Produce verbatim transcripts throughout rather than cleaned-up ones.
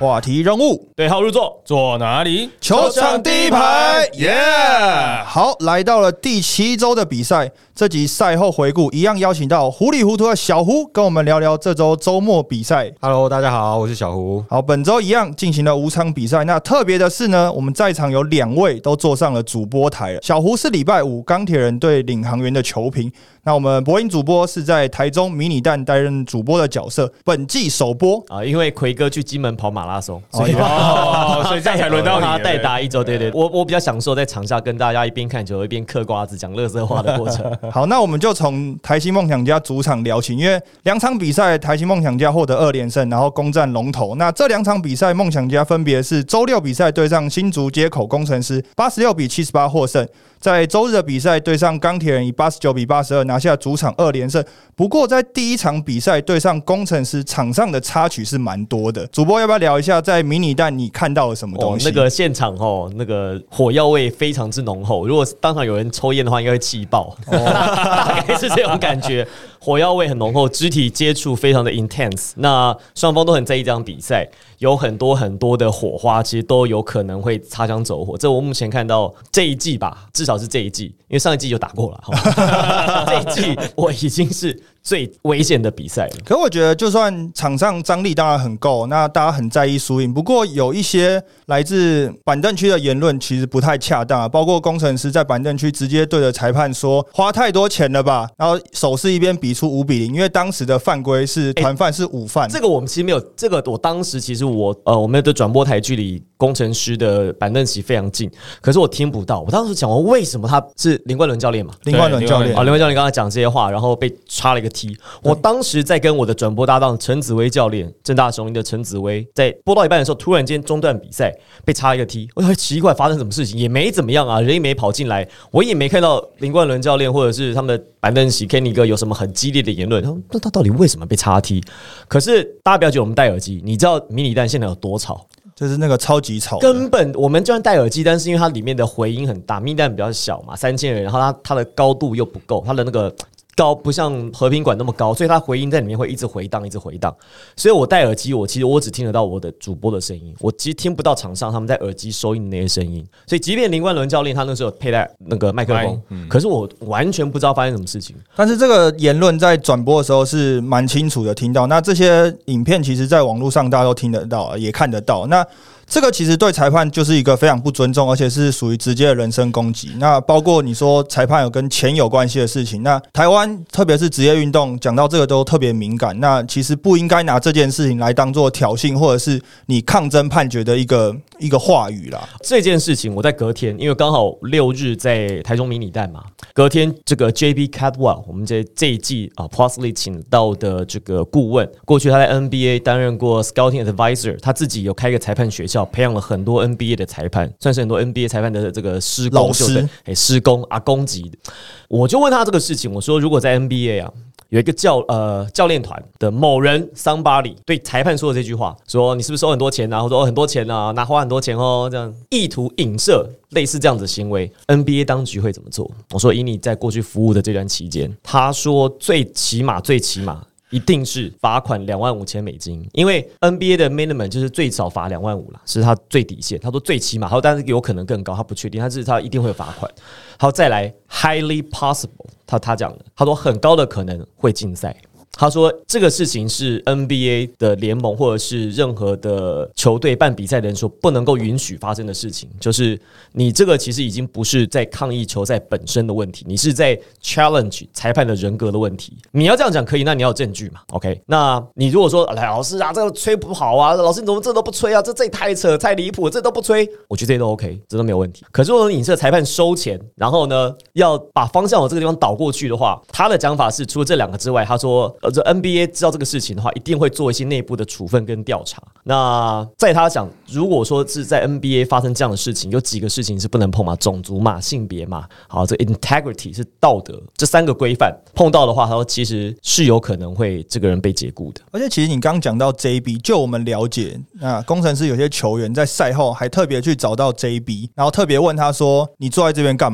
话题人物对号入座，坐哪里？ 球场第一排， 耶、 yeah! 好，来到了第七周的比赛，这集赛后回顾一样邀请到糊里糊涂的小胡跟我们聊聊这周周末比赛。 Hello， 大家好，我是小胡。 好，本周一样进行了五场比赛。那特别的是呢，我们在场有两位都坐上了主播台了。小胡是礼拜五钢铁人对领航员的球评，那我们播音主播是在台中迷你蛋担任主播的角色，本季首播啊，因为奎哥去金门跑马拉松， 所以、 哦、所以这样才轮到你他代打一周。对对，我我比较享受在场下跟大家一边看球一边嗑瓜子讲垃圾话的过程。 好，那我们就从台新梦想家主场聊起，因为两场比赛台新梦想家获得二连胜，然后攻占龙头。那这两场比赛梦想家分别是周六比赛对上新竹街口工程师，八十六比七十八获胜。在周日的比赛对上钢铁人，以八十九比八十二拿下主场二连胜。不过在第一场比赛对上工程师，场上的插曲是蛮多的。主播要不要聊一下在迷你蛋你看到了什么东西？ 哦、那个现场哦，那个火药味非常之浓厚。如果当场有人抽烟的话，应该会气爆。哦、大概是这种感觉，火药味很浓厚，肢体接触非常的 intense。那双方都很在意这场比赛，有很多很多的火花，其实都有可能会擦枪走火。这我目前看到这一季吧，至少是这一季，因为上一季就打过了。这一季我已经是最危险的比赛了。 可我觉得，就算场上张力当然很够，那大家很在意输赢。不过有一些来自板凳区的言论其实不太恰当啊，包括工程师在板凳区直接对着裁判说花太多钱了吧，然后手势一边比出五比零，因为当时的犯规是团犯是午饭、欸。 这个我们其实没有，这个我当时其实我呃我们的转播台距离工程师的板凳席非常近，可是我听不到。我当时讲我为什么他是林冠伦教练嘛？ 林冠伦教练啊，林冠伦教练刚才讲这些话，然后被插了一个 T。我当时在跟我的转播搭档陈子威教练，政大雄鹰的陈子威，在播到一半的时候，突然间中断比赛，被插一个 T。我很奇怪，发生什么事情？也没怎么样啊，人也没跑进来，我也没看到林冠伦教练或者是他们的板凳席 Kenny 哥有什么很激烈的言论。那他到底为什么被插 T？ 可是大家不要觉得我们戴耳机，你知道迷你蛋现在有多吵？ 就是那个超级吵， 根本我们就算戴耳机，但是因为它里面的回音很大，迷你蛋比较小嘛，三千人，然后它它的高度又不够，它的那个高不像和平馆那么高，所以它回音在里面会一直回荡，一直回荡。所以我戴耳机，我其实我只听得到我的主播的声音，我其实听不到场上他们在耳机收音的那些声音。所以即便林冠伦教练他那时候有佩戴那个麦克风，嗯、可是我完全不知道发生什么事情。 但是这个言论在转播的时候是蛮清楚的听到。那这些影片其实在网络上大家都听得到，也看得到。那这个其实对裁判就是一个非常不尊重，而且是属于直接的人身攻击。那包括你说裁判有跟钱有关系的事情，那台湾特别是职业运动讲到这个都特别敏感。那其实不应该拿这件事情来当作挑衅或者是你抗争判决的一个一个话语啦。 这件事情我在隔天，因为刚好六日在台中迷你蛋嘛，隔天这个 J B Cadwell 我们这这一季啊 Parsley 请到的这个顾问，过去他在 N B A 担任过 Scouting Advisor， 他自己有开一个裁判学校，培养了很多 N B A 的裁判，算是很多 N B A 裁判的这个师公， 老师， 哎，师公阿公级的。我就问他这个事情，我说如果在 N B A 啊，有一个教呃教练团的某人 somebody 对裁判说的这句话，说你是不是收很多钱啊？或者说很多钱啊，拿花很多钱哦，这样意图影射类似这样子的行为 ，N B A 当局会怎么做？我说以你在过去服务的这段期间，他说最起码最起码。一定是罚款两万五千美金，因为 N B A 的 minimum 就是最少罚两万五啦，是他最底线。他说最起码，他说但是有可能更高，他不确定，但是他一定会有罚款。好，再来 highly possible， 他他讲的，他说很高的可能会禁赛。他说这个事情是 N B A 的联盟或者是任何的球队办比赛的人说不能够允许发生的事情，就是你这个其实已经不是在抗议球赛本身的问题，你是在 challenge 裁判的人格的问题。你要这样讲可以，那你要有证据嘛 ？OK？ 那你如果说老师啊，这个吹不好啊，老师你怎么这都不吹啊？这这也太扯太离谱，这都不吹，我觉得这都 OK， 这都没有问题。可是如果你是裁判收钱，然后呢要把方向往这个地方倒过去的话，他的讲法是除了这两个之外，他说。呃，这 N B A 知道这个事情的话，一定会做一些内部的处分跟调查。那在他讲，如果说是在 N B A 发生这样的事情，有几个事情是不能碰嘛？种族嘛，性别嘛，好，这 integrity 是道德，这三个规范碰到的话，他说其实是有可能会这个人被解雇的。 而且其实你刚讲到 J B， 就我们了解，那工程师有些球员在赛后还特别去找到 J B， 然后特别问他说：“你坐在这边干嘛？”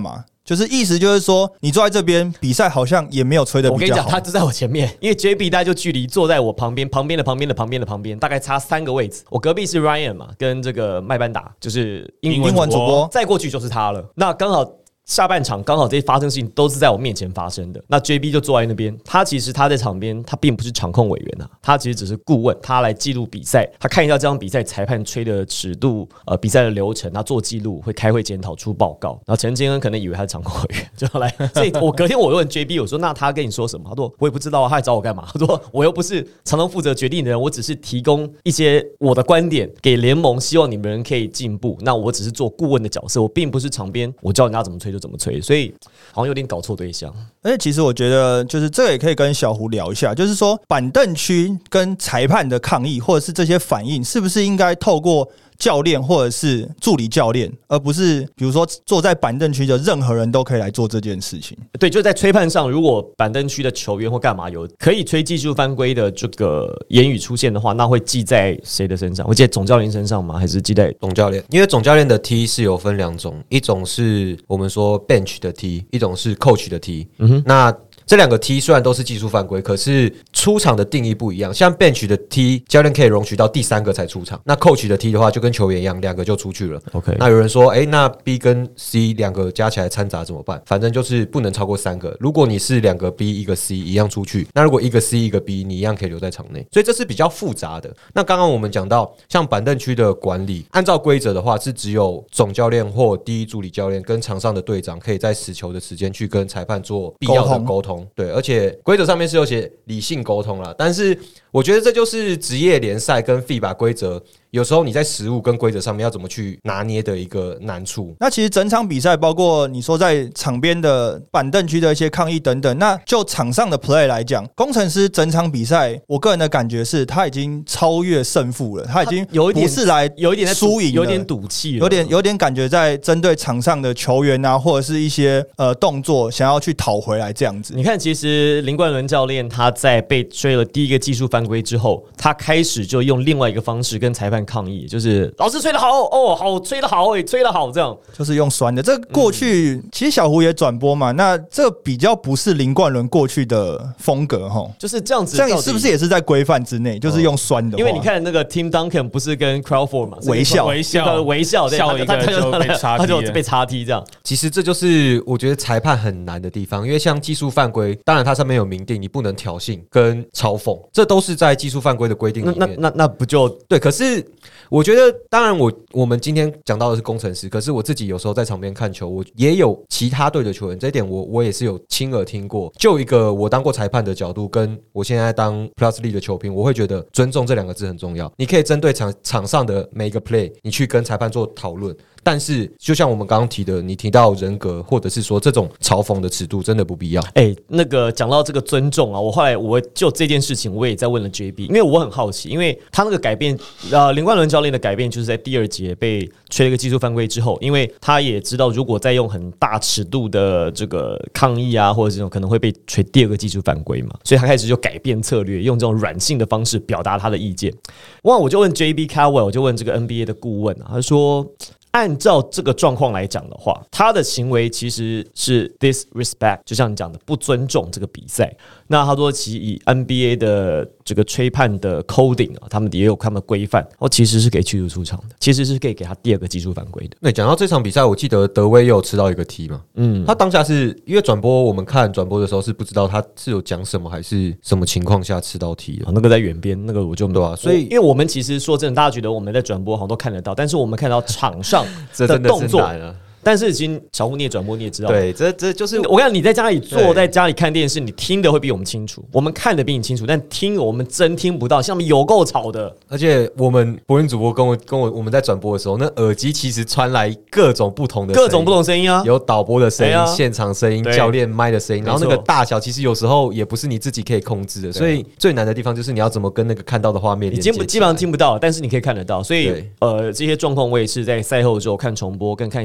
就是意思就是说，你坐在这边比赛好像也没有吹的比较好。 我跟你讲，他就在我前面，因为 J B 大概就距离坐在我旁边，旁边的旁边的旁边的旁边，大概差三个位置。我隔壁是 Ryan 嘛，跟这个麦班达，就是英文英文主播， 再过去就是他了。那刚好。下半场刚好这些发生事情都是在我面前发生的，那 J B 就坐在那边，他其实他在场边，他并不是场控委员啊，他其实只是顾问，他来记录比赛，他看一下这场比赛裁判吹的尺度，呃，比赛的流程，他做记录，会开会检讨出报告。然后陈金恩可能以为他是场控委员，就要来，所以我隔天我问 J B， 我说那他跟你说什么？他说我也不知道啊，他来找我干嘛？他说我又不是常常负责决定的人，我只是提供一些我的观点给联盟，希望你们人可以进步。那我只是做顾问的角色，我并不是场边，我教人家怎么吹就怎么吹，所以。好像有点搞错对象， 而且其实我觉得，就是这个也可以跟小胡聊一下，就是说板凳区跟裁判的抗议，或者是这些反应，是不是应该透过教练或者是助理教练，而不是比如说坐在板凳区的任何人都可以来做这件事情？ 对，就在吹判上，如果板凳区的球员或干嘛有可以吹技术犯规的这个言语出现的话，那会记在谁的身上？会记在总教练身上吗？还是记在总教练？因为总教练的 T 是有分两种，一种是我们说 bench 的 T， 一种是 coach 的 T。嗯哼，那这两个 T 虽然都是技术犯规，可是出场的定义不一样。像 bench 的 T， 教练可以容许到第三个才出场。那 coach 的 T 的话，就跟球员一样，两个就出去了。 OK， 那有人说，哎、欸，那 B 跟 C 两个加起来掺杂怎么办？反正就是不能超过三个。如果你是两个 B 一个 C 一样出去，那如果一个 C 一个 B， 你一样可以留在场内。所以这是比较复杂的。那刚刚我们讲到，像板凳区的管理，按照规则的话，是只有总教练或第一助理教练跟场上的队长可以在死球的时间去跟裁判做必要的沟通。对，而且规则上面是有写理性沟通啦，但是我觉得这就是职业联赛跟 F I B A 规则有时候你在实务跟规则上面要怎么去拿捏的一个难处。 那其实整场比赛，包括你说在场边的板凳区的一些抗议等等，那就场上的 play 来讲，工程师整场比赛，我个人的感觉是他已经超越胜负了，他已经不是来有一点输赢， 有点赌气了， 有点有点感觉在针对场上的球员啊，或者是一些呃动作，想要去讨回来这样子。 你看，其实林冠伦教练他在被吹了第一个技术犯规之后，他开始就用另外一个方式跟裁判抗议，就是老师吹得好哦，好吹得好哎，吹得好这样， 就是用酸的。这个过去、嗯、其实小胡也转播嘛，那这比较不是林冠伦过去的风格哈， 就是这样子。 这样是不是也是在规范之内？就是用酸的、哦， 因为你看那个 Tim Duncan 不是跟 Crawford 嘛， 微笑微笑微笑， 笑一个就被插踢， 他就被插踢这样。 其实这就是我觉得裁判很难的地方，因为像技术犯规，当然它上面有明定，你不能挑衅跟嘲讽，这都是在技术犯规的规定里面。 那那那那不就对？可是我觉得，当然我我们今天讲到的是工程师，可是我自己有时候在场边看球，我也有其他队的球员，这一点我我也是有亲耳听过。就一个我当过裁判的角度，跟我现在当 Plus League 的球评，我会觉得尊重这两个字很重要。你可以针对场场上的每一个 play， 你去跟裁判做讨论。但是，就像我们刚刚提的，你提到人格，或者是说这种嘲讽的尺度，真的不必要。 哎、欸，那个讲到这个尊重啊，我后来我就这件事情，我也在问了 J B， 因为我很好奇，因为他那个改变，呃，林冠伦教练的改变，就是在第二节被吹了一个技术犯规之后，因为他也知道，如果再用很大尺度的这个抗议啊，或者这种可能会被吹第二个技术犯规嘛，所以他开始就改变策略，用这种软性的方式表达他的意见。哇，我就问 J B Caldwell， 我就问这个 N B A 的顾问啊，他说。按照这个状况来讲的话，他的行为其实是 disrespect， 就像你讲的不尊重这个比赛。那他说，其实以 N B A 的这个吹判的 coding 啊，他们也有他们的规范，哦，其实是可以驱逐出场的，其实是可以给他第二个技术犯规的。 对，讲到这场比赛，我记得德威也有吃到一个 T 嘛，嗯，他当下是因为转播，我们看转播的时候是不知道他是有讲什么，还是什么情况下吃到 T 的。 哦，那个在远边，那个我就对啊，所以因为我们其实说真的，大家觉得我们在转播好像都看得到，但是我们看到场上的动作。但是其实小胡你也转播你也知道， 对，这这就是我跟你讲，你在家里坐在家里看电视，你听的会比我们清楚，我们看的比你清楚，但听我们真听不到，像我们有够吵的。 而且我们播音主播跟我跟我我们在转播的时候，那耳机其实传来各种不同的各种不同声音啊， 有导播的声音、 啊、 现场声音、教练麦的声音，然后那个大小其实有时候也不是你自己可以控制的，所以最难的地方就是你要怎么跟那个看到的画面连接起来。 你基本上听不到，但是你可以看得到，所以呃这些状况我也是在赛后之后看重播跟看一些讨论。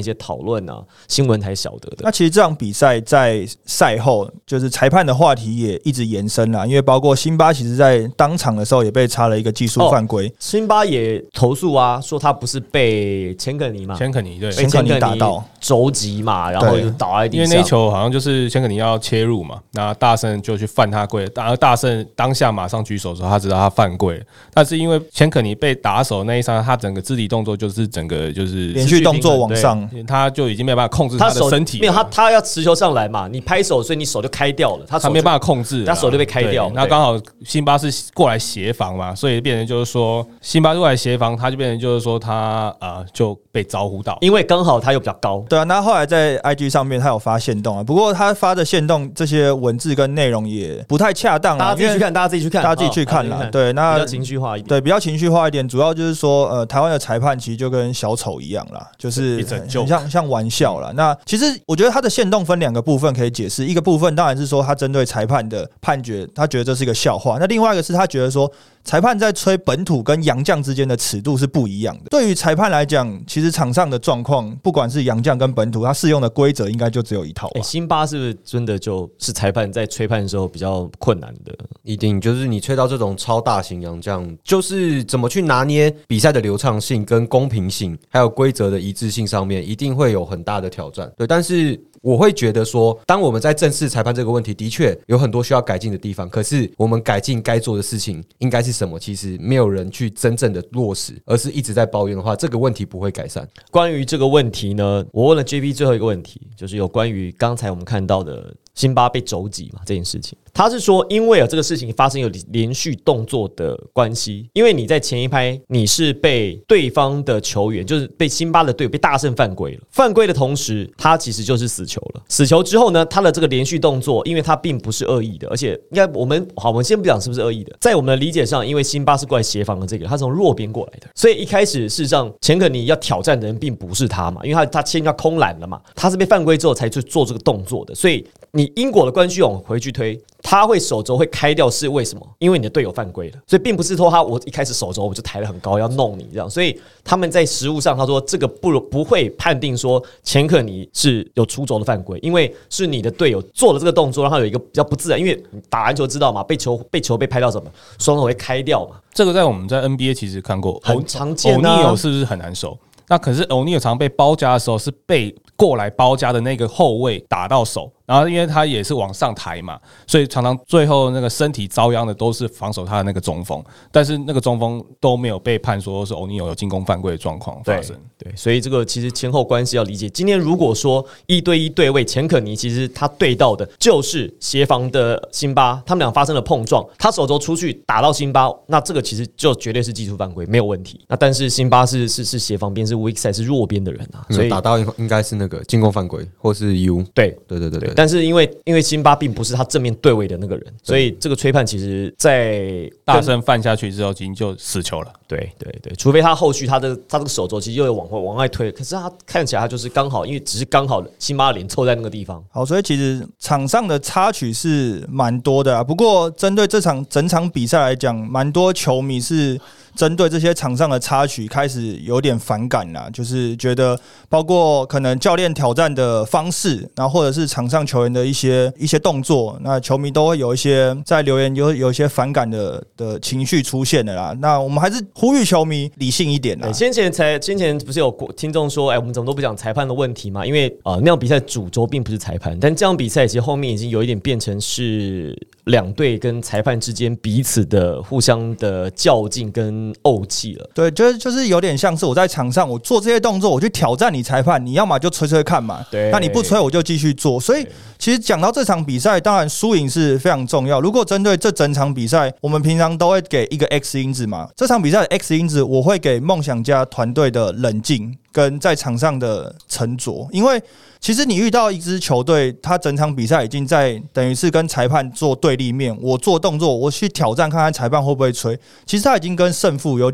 论啊，新闻才晓得的。 那其实这场比赛在赛后，就是裁判的话题也一直延伸啦，因为包括辛巴其实在当场的时候也被插了一个技术犯规、哦， 辛巴也投诉啊，说他不是被钱可尼嘛， 钱可尼对， 钱可尼打到肘击嘛，然后就倒在地上。 因为那一球好像就是钱可尼要切入嘛，那大圣就去犯他规，然后大圣当下马上举手的时候，他知道他犯规了，但是因为钱可尼被打手那一刹那，他整个肢体动作就是整个就是连续动作往上， 他就已经没有办法控制他的身体了， 没有他他要持球上来嘛，你拍手，所以你手就开掉了，他他没办法控制， 他手就被开掉。 那刚好辛巴是过来协防嘛，所以变成就是说辛巴过来协防，他就变成就是说他呃就被招呼到， 因为刚好他又比较高。 对啊，那后来在 I G 上面他有发限动啊，不过他发的限动这些文字跟内容也不太恰当， 大家自己去看，大家自己去看， 大家自己去看啦。哦、对，那比较情绪化一点， 对，比较情绪化一点，主要就是说呃，台湾的裁判其实就跟小丑一样啦，就是很像像玩笑啦。那其实我觉得他的限动分两个部分可以解释，一个部分当然是说他针对裁判的判决，他觉得这是一个笑话；那另外一个是他觉得说裁判在吹本土跟洋将之间的尺度是不一样的。对于裁判来讲，其实场上的状况，不管是洋将跟本土，他适用的规则应该就只有一套吧。 欸、辛巴是不是真的就是裁判在吹判的时候比较困难的？ 一定就是你吹到这种超大型洋将，就是怎么去拿捏比赛的流畅性跟公平性，还有规则的一致性上面，一定会有很大的挑战。对，但是我会觉得说，当我们在正视裁判这个问题，的确有很多需要改进的地方。可是我们改进该做的事情应该是什么？其实没有人去真正的落实，而是一直在抱怨的话，这个问题不会改善。 关于这个问题呢，我问了 J P 最后一个问题，就是有关于刚才我们看到的辛巴被肘击嘛这件事情。他是说，因为有这个事情发生有连续动作的关系，因为你在前一拍你是被对方的球员，就是被辛巴的队友被大胜犯规了，犯规的同时，他其实就是死球了。死球之后呢，他的这个连续动作，因为他并不是恶意的，而且应该我们好，我们先不讲是不是恶意的，在我们的理解上，因为辛巴是过来协防的这个，他从弱边过来的，所以一开始事实上钱可尼要挑战的人并不是他嘛，因为他他先要空篮了嘛，他是被犯规之后才去做这个动作的，所以你因果的关系往回去推，他会手肘会开掉是为什么？因为你的队友犯规了，所以并不是说他我一开始手肘我就抬得很高要弄你这样，所以他们在实务上他说这个不不会判定说钱可尼是有出肘的犯规，因为是你的队友做了这个动作，让他有一个比较不自然，因为打篮球知道嘛，被球被球被拍到什么，双手会开掉嘛。 这个在我们在 N B A 其实看过， 很常见啊。 欧尼尔是不是很难守？那可是欧尼尔常被包夹的时候，是被过来包夹的那个后卫打到手，然后因为他也是往上抬嘛，所以常常最后那个身体遭殃的都是防守他的那个中锋，但是那个中锋都没有被判说是欧尼尔有进攻犯规的状况发生。 对，对，所以这个其实前后关系要理解。今天如果说一对一对位，钱可尼其实他对到的就是协防的辛巴，他们俩发生了碰撞，他手肘出去打到辛巴，那这个其实就绝对是技术犯规，没有问题。那但是辛巴是是是协防边是 weak side 是弱边的人啊，所以打到应该是那个进攻犯规或是 U。 对对对对对。 但是因为因为辛巴并不是他正面对位的那个人，所以这个吹判其实在大胜犯下去之后，已经就死球了。 对对对，除非他后续他的他这个手肘其实又有往外往外推，可是他看起来他就是刚好，因为只是刚好辛巴的脸凑在那个地方。 好，所以其实场上的插曲是蛮多的啊。不过针对这场整场比赛来讲，蛮多球迷是针对这些场上的插曲开始有点反感啦，就是觉得包括可能教练挑战的方式，然后或者是场上球员的一些一些动作，那球迷都会有一些在留言有有一些反感的的情绪出现的啦。那我们还是呼吁球迷理性一点啦。 先前才先前不是有听众说，哎、欸，我们怎么都不讲裁判的问题嘛？因为啊、呃，那场比赛主轴并不是裁判，但这场比赛其实后面已经有一点变成是两队跟裁判之间彼此的互相的较劲跟怄气了。 对，就是就是有点像是我在场上我做这些动作，我去挑战你裁判，你要么就吹吹看嘛， 对， 那你不吹我就继续做。所以其实讲到这场比赛，当然输赢是非常重要。如果针对这整场比赛，我们平常都会给一个 X 因子嘛，这场比赛的 X 因子我会给梦想家团队的冷静跟在场上的沉着，因为其实你遇到一支球队，他整场比赛已经在等于是跟裁判做对立面，我做动作，我去挑战看看裁判会不会吹，其实他已经跟胜负有点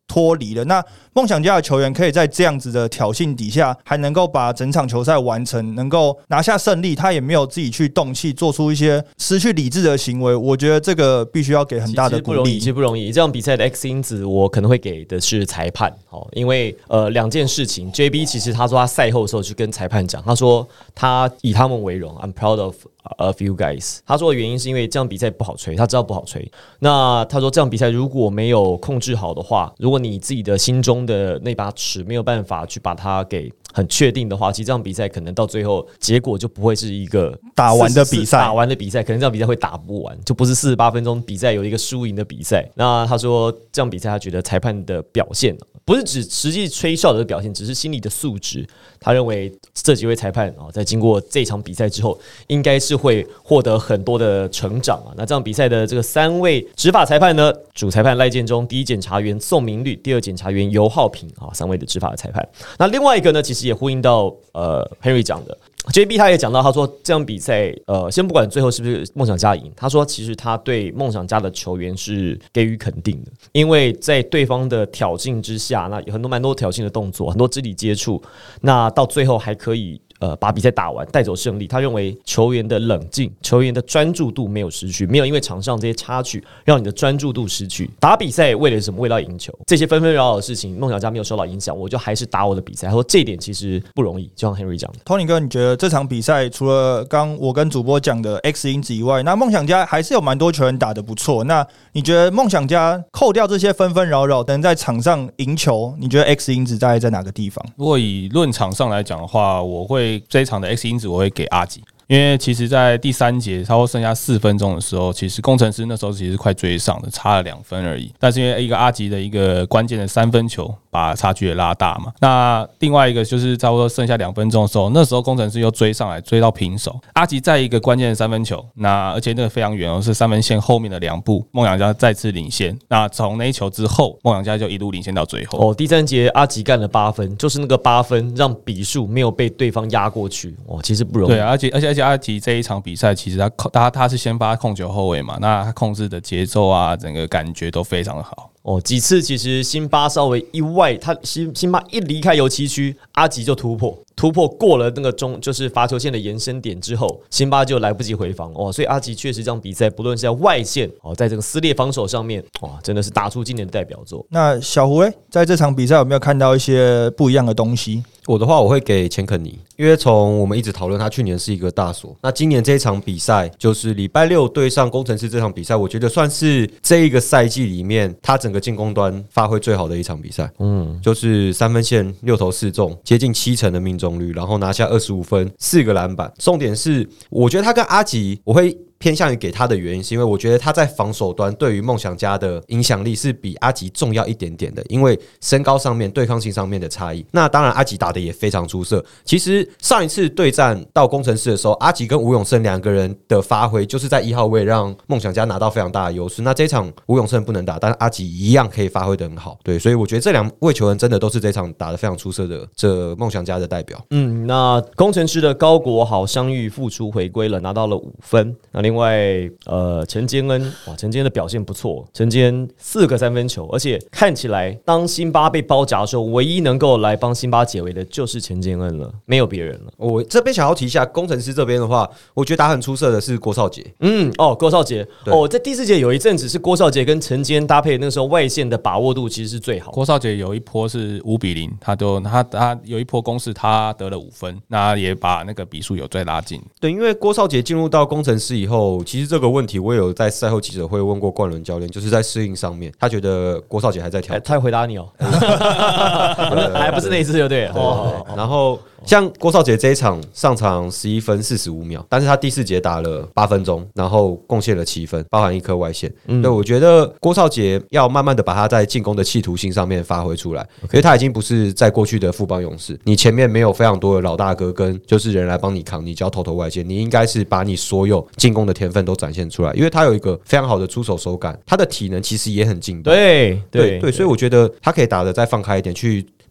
脱离了。那梦想家的球员可以在这样子的挑衅底下，还能够把整场球赛完成，能够拿下胜利，他也没有自己去动气，做出一些失去理智的行为。我觉得这个必须要给很大的鼓励。 其实不容易，这样比赛的 X 因子，我可能会给的是裁判。哦，因为呃两件事情 ，J B 其实他说他赛后的时候去跟裁判讲，他说他以他们为荣 ，I'm proud of of you guys。他说的原因是因为这样比赛不好吹，他知道不好吹。那他说这样比赛如果没有控制好的话，如果你自己的心中的那把尺没有办法去把它给很确定的话，其实这场比赛可能到最后结果就不会是一个打完的比赛， 打完的比赛可能这场比赛会打不完，就不是四十八分钟比赛有一个输赢的比赛。那他说这场比赛他觉得裁判的表现不是指实际吹哨的表现，只是心理的素质。他认为这几位裁判啊，在经过这场比赛之后，应该是会获得很多的成长啊。那这场比赛的这个三位执法裁判呢，主裁判赖建中，第一检察员宋明律，第二检察员尤浩平啊，三位的执法的裁判。那另外一个呢，其实也呼应到呃 Henry 讲的。J B 他也讲到，他说这场比赛，呃，先不管最后是不是梦想家赢，他说其实他对梦想家的球员是给予肯定的，因为在对方的挑衅之下，那有很多蛮多挑衅的动作，很多肢体接触，那到最后还可以。呃，把比赛打完，带走胜利。他认为球员的冷静、球员的专注度没有失去，没有因为场上这些插曲让你的专注度失去。打比赛为了什么？为了赢球。这些纷纷扰扰的事情，梦想家没有受到影响，我就还是打我的比赛。他说这一点其实不容易，就像 Henry 讲的。 Tony 哥，你觉得这场比赛除了刚我跟主播讲的 X 因子以外，那梦想家还是有蛮多球员打得不错。那你觉得梦想家扣掉这些纷纷扰扰，能在场上赢球，你觉得 X 因子大概在哪个地方？ 如果以论场上来讲的话，我会这一场的 X 因子我会给阿吉。因为其实，在第三节差不多剩下四分钟的时候，其实工程师那时候其实快追上了，差了两分而已。但是因为一个阿吉的一个关键的三分球，把差距也拉大嘛。那另外一个就是差不多剩下两分钟的时候，那时候工程师又追上来，追到平手。阿吉在一个关键的三分球，那而且那个非常远哦，是三分线后面的两步，梦想家再次领先。那从那一球之后，梦想家就一路领先到最后。 哦，第三节阿吉干了八分，就是那个八分让比数没有被对方压过去。哦，其实不容易。 对，而且而且而且阿吉这一场比赛，其实他他他是先发控球后卫嘛，那他控制的节奏啊，整个感觉都非常的好。 哦，几次其实辛巴稍微意外，他辛辛巴一离开油漆区，阿吉就突破，突破过了那个中就是罚球线的延伸点之后，辛巴就来不及回防哦，所以阿吉确实这场比赛不论是在外线哦，在这个撕裂防守上面，哇，真的是打出今年的代表作。 那小胡嘞，在这场比赛有没有看到一些不一样的东西？ 我的话，我会给钱肯尼，因为从我们一直讨论他去年是一个大锁，那今年这一场比赛就是礼拜六对上工程师这场比赛，我觉得算是这一个赛季里面他整个进攻端发挥最好的一场比赛。嗯，就是三分线六投四中，接近七成的命中率，然后拿下二十五分，四个篮板。重点是，我觉得他跟阿吉，我会偏向于给他的原因，是因为我觉得他在防守端对于梦想家的影响力是比阿吉重要一点点的，因为身高上面、对抗性上面的差异。那当然，阿吉打的也非常出色。其实上一次对战到工程师的时候，阿吉跟吴永胜两个人的发挥，就是在一号位让梦想家拿到非常大的优势。那这一场吴永胜不能打，但是阿吉一样可以发挥得很好。对，所以我觉得这两位球员真的都是这场打得非常出色的这梦想家的代表。 嗯，那工程师的高国豪伤愈复出回归了，拿到了五分。那另外，呃，陈坚恩，哇，陈坚恩的表现不错，陈坚恩四个三分球，而且看起来当辛巴被包夹的时候，唯一能够来帮辛巴解围的就是陈坚恩了，没有别人了。 我这边想要提一下，工程师这边的话，我觉得打很出色的是郭少杰。 嗯，哦，郭少杰，哦，在第四节有一阵子是郭少杰跟陈坚恩搭配，那时候外线的把握度其实是最好。 郭少杰有一波是五比零，他都他他有一波攻势，他得了五分，那也把那个比数有再拉近。 对，因为郭少杰进入到工程师以后，其实这个问题我也有在赛后记者会问过冠伦教练，就是在适应上面，他觉得郭少杰还在调整。 他会回答你哦，还不是那一次就对了。 对对对，然后像郭少杰这一场上场十一分四十五秒，但是他第四节打了八分钟，然后贡献了七分，包含一颗外线。嗯，对，我觉得郭少杰要慢慢的把他在进攻的企图性上面发挥出来，因为他已经不是在过去的富邦勇士，你前面没有非常多的老大哥跟就是人来帮你扛，你只要投投外线，你应该是把你所有进攻的天分都展现出来，因为他有一个非常好的出手手感，他的体能其实也很劲爆。 对对对, 对，所以我觉得他可以打得再放开一点，去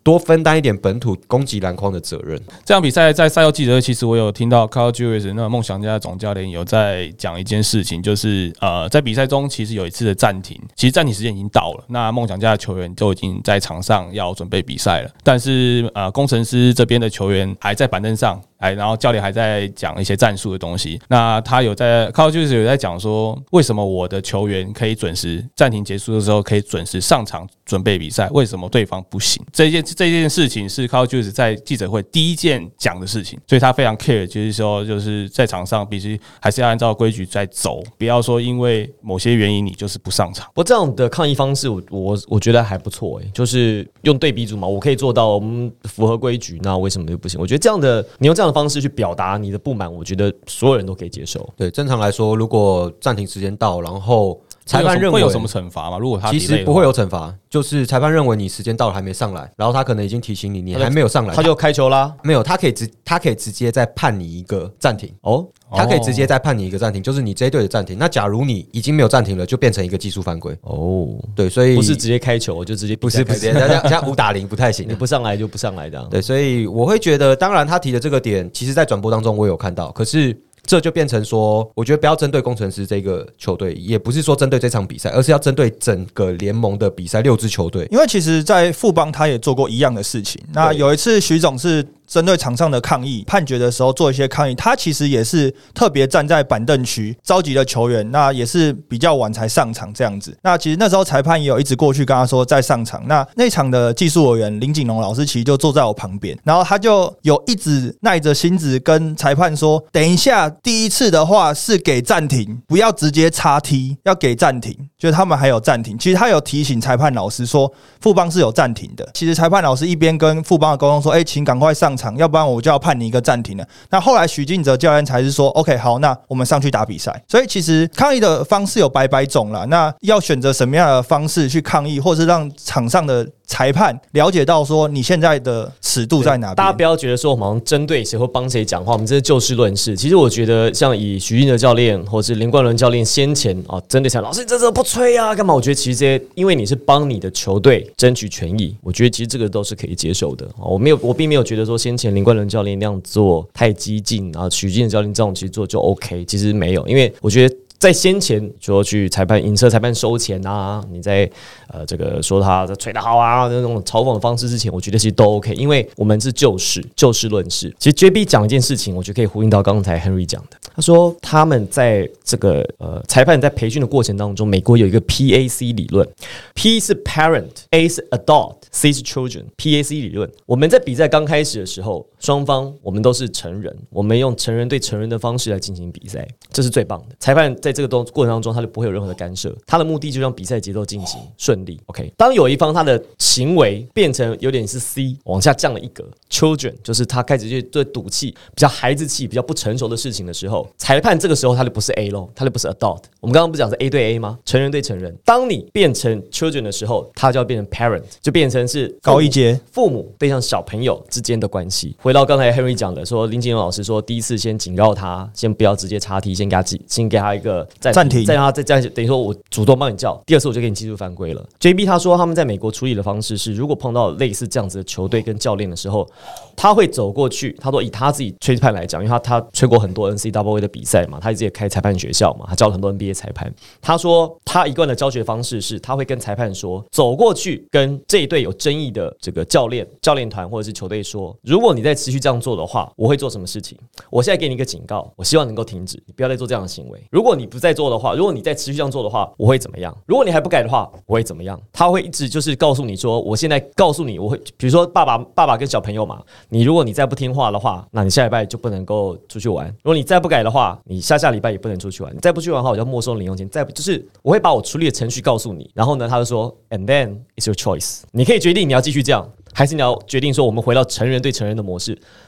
多分担一点本土攻击篮筐的责任。 这场比赛在赛后记者会，其实我有听到 Carl Lewis 那个梦想家的总教练有在讲一件事情，就是呃，在比赛中其实有一次的暂停，其实暂停时间已经到了，那梦想家的球员都已经在场上要准备比赛了，但是呃，工程师这边的球员还在板凳上。然后教练还在讲一些战术的东西，那他有在 Carl Lewis 有在讲说，为什么我的球员可以准时暂停结束的时候可以准时上场准备比赛，为什么对方不行？这件这件事情是 Carl Lewis 在记者会第一件讲的事情，所以他非常 care， 就是说就是在场上必须还是要按照规矩在走，不要说因为某些原因你就是不上场。 不过这样的抗议方式我，我我觉得还不错诶、欸，就是用对比组嘛，我可以做到，我们符合规矩，那为什么就不行？我觉得这样的你用这样的方式去表达你的不满，我觉得所有人都可以接受。 对，正常来说，如果暂停时间到，然后裁判认为会有什么惩罚吗？如果他其实不会有惩罚，就是裁判认为你时间到了还没上来，然后他可能已经提醒你，你还没有上来， 他就开球啦。 没有，他可以直他可以直接再判你一个暂停哦，他可以直接再判你一个暂停，就是你这一队的暂停。那假如你已经没有暂停了，就变成一个技术犯规哦。对，所以不是直接开球，就直接不是不是，这样这样五打零不太行、啊， 你不上来就不上来这样。 对，所以我会觉得，当然他提的这个点，其实在转播当中我有看到，可是。这就变成说，我觉得不要针对工程师这个球队，也不是说针对这场比赛，而是要针对整个联盟的比赛六支球队。 因为其实，在富邦他也做过一样的事情。那有一次徐总是针对场上的抗议判决的时候做一些抗议，他其实也是特别站在板凳区召集了球员，那也是比较晚才上场这样子。那其实那时候裁判也有一直过去跟他说再上场。那那场的技术委员林景龙老师其实就坐在我旁边，然后他就有一直耐着心子跟裁判说，等一下第一次的话是给暂停，不要直接插踢，要给暂停，就是他们还有暂停。其实他有提醒裁判老师说富邦是有暂停的。其实裁判老师一边跟富邦的沟通说，哎、欸，请赶快上场，要不然我就要判你一个暂停了。那后来许晋哲教练才是说 OK 好，那我们上去打比赛。所以其实抗议的方式有百百种啦，那要选择什么样的方式去抗议，或是让场上的裁判了解到说你现在的尺度在哪边。 大家不要觉得说我们好像针对谁或帮谁讲话，我们这是就事论事。其实我觉得像以许晋哲教练或是林冠伦教练先前啊，针对谁老师你这这不吹啊干嘛？我觉得其实这些因为你是帮你的球队争取权益，我觉得其实这个都是可以接受的。我没有，我并没有觉得说先前林冠伦教练那样做太激进，然后许晋哲教练这种其实做就 OK， 其实没有，因为我觉得。在先前说去裁判影射裁判收钱啊，你在呃这个说他吹得好啊那种嘲讽的方式之前，我觉得其实都 OK， 因为我们是就事就事论事。其实 J B 讲一件事情，我觉得可以呼应到刚才 Henry 讲的，他说他们在这个呃裁判在培训的过程当中，美国有一个 P A C 理论 ，P 是 Parent，A 是 Adult，C 是 Children。P A C 理论，我们在比赛刚开始的时候，双方我们都是成人，我们用成人对成人的方式来进行比赛，这是最棒的。裁判在这个过程当中，他就不会有任何的干涉，他的目的就让比赛节奏进行顺利。OK， 当有一方他的行为变成有点是 C 往下降了一格 ，Children 就是他开始就对赌气、比较孩子气、比较不成熟的事情的时候，裁判这个时候他就不是 A 咯，他就不是 Adult。我们刚刚不是讲是 A 对 A 吗？成人对成人。当你变成 Children 的时候，他就要变成 Parent， 就变成是高一阶父母对像小朋友之间的关系。回到刚才 Henry 讲的，说林景龙老师说，第一次先警告他，先不要直接插题，先给他先给他一个暂停，再让他再这样，等于说我主动帮你叫，第二次我就给你技术犯规了。J B 他说他们在美国处理的方式是，如果碰到类似这样子的球队跟教练的时候，他会走过去，他说以他自己吹判来讲，因为他他吹过很多 N C double A 的比赛嘛，他自己也开裁判学校嘛，他教了很多 N B A 裁判。他说他一贯的教学方式是，他会跟裁判说，走过去跟这一队有争议的这个教练、教练团或者是球队说，如果你再持续这样做的话，我会做什么事情？我现在给你一个警告，我希望能够停止，你不要再做这样的行为。如果你不再做的话，如果你再持续这样做的话，我会怎么样？如果你还不改的话，我会怎么样？他会一直就是告诉你说，我现在告诉你，我会比如说爸爸爸爸跟小朋友嘛，你如果你再不听话的话，那你下礼拜就不能够出去玩。如果你再不改的话，你下下礼拜也不能出去玩。你再不去玩的话，我就要没收零用钱。再不就是我会把我处理的程序告诉你，然后呢，他就说 ，and then it's your choice， 你可以决定你要继续这样。还是你要决定说，我们回到成人对成人的模式，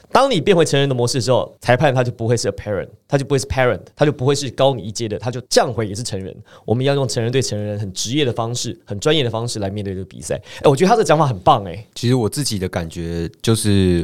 当你变回成人的模式之后，裁判他就不会是 a parent， 他就不会是 parent， 他就不会是高你一阶的，他就降回也是成人。我们要用成人对成人很职业的方式、很专业的方式来面对这个比赛。哎，我觉得他的讲法很棒哎。 其实我自己的感觉就是，